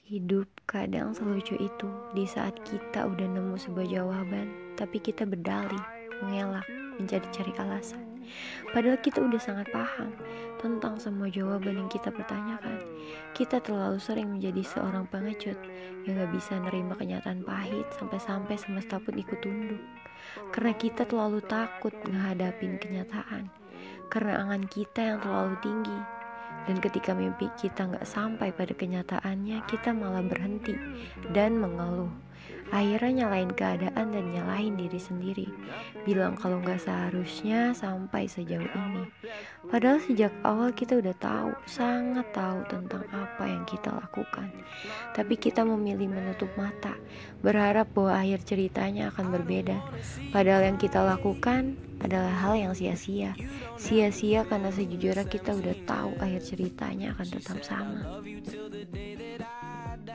Hidup kadang selucu itu di saat kita udah nemu sebuah jawaban, tapi kita berdalih, mengelak, mencari-cari alasan. Padahal kita udah sangat paham tentang semua jawaban yang kita pertanyakan. Kita terlalu sering menjadi seorang pengecut yang gak bisa nerima kenyataan pahit sampai-sampai semesta pun ikut tunduk. Karena kita terlalu takut menghadapin kenyataan. Karena angan kita yang terlalu tinggi. Dan ketika mimpi kita gak sampai pada kenyataannya, kita malah berhenti dan mengeluh. Akhirnya nyalain keadaan dan nyalain diri sendiri. Bilang kalau gak seharusnya sampai sejauh ini. Padahal sejak awal kita udah tahu, sangat tahu tentang apa yang kita lakukan. Tapi kita memilih menutup mata, berharap bahwa akhir ceritanya akan berbeda. Padahal yang kita lakukan adalah hal yang sia-sia. Sia-sia karena sejujurnya kita udah tahu akhir ceritanya akan tetap sama.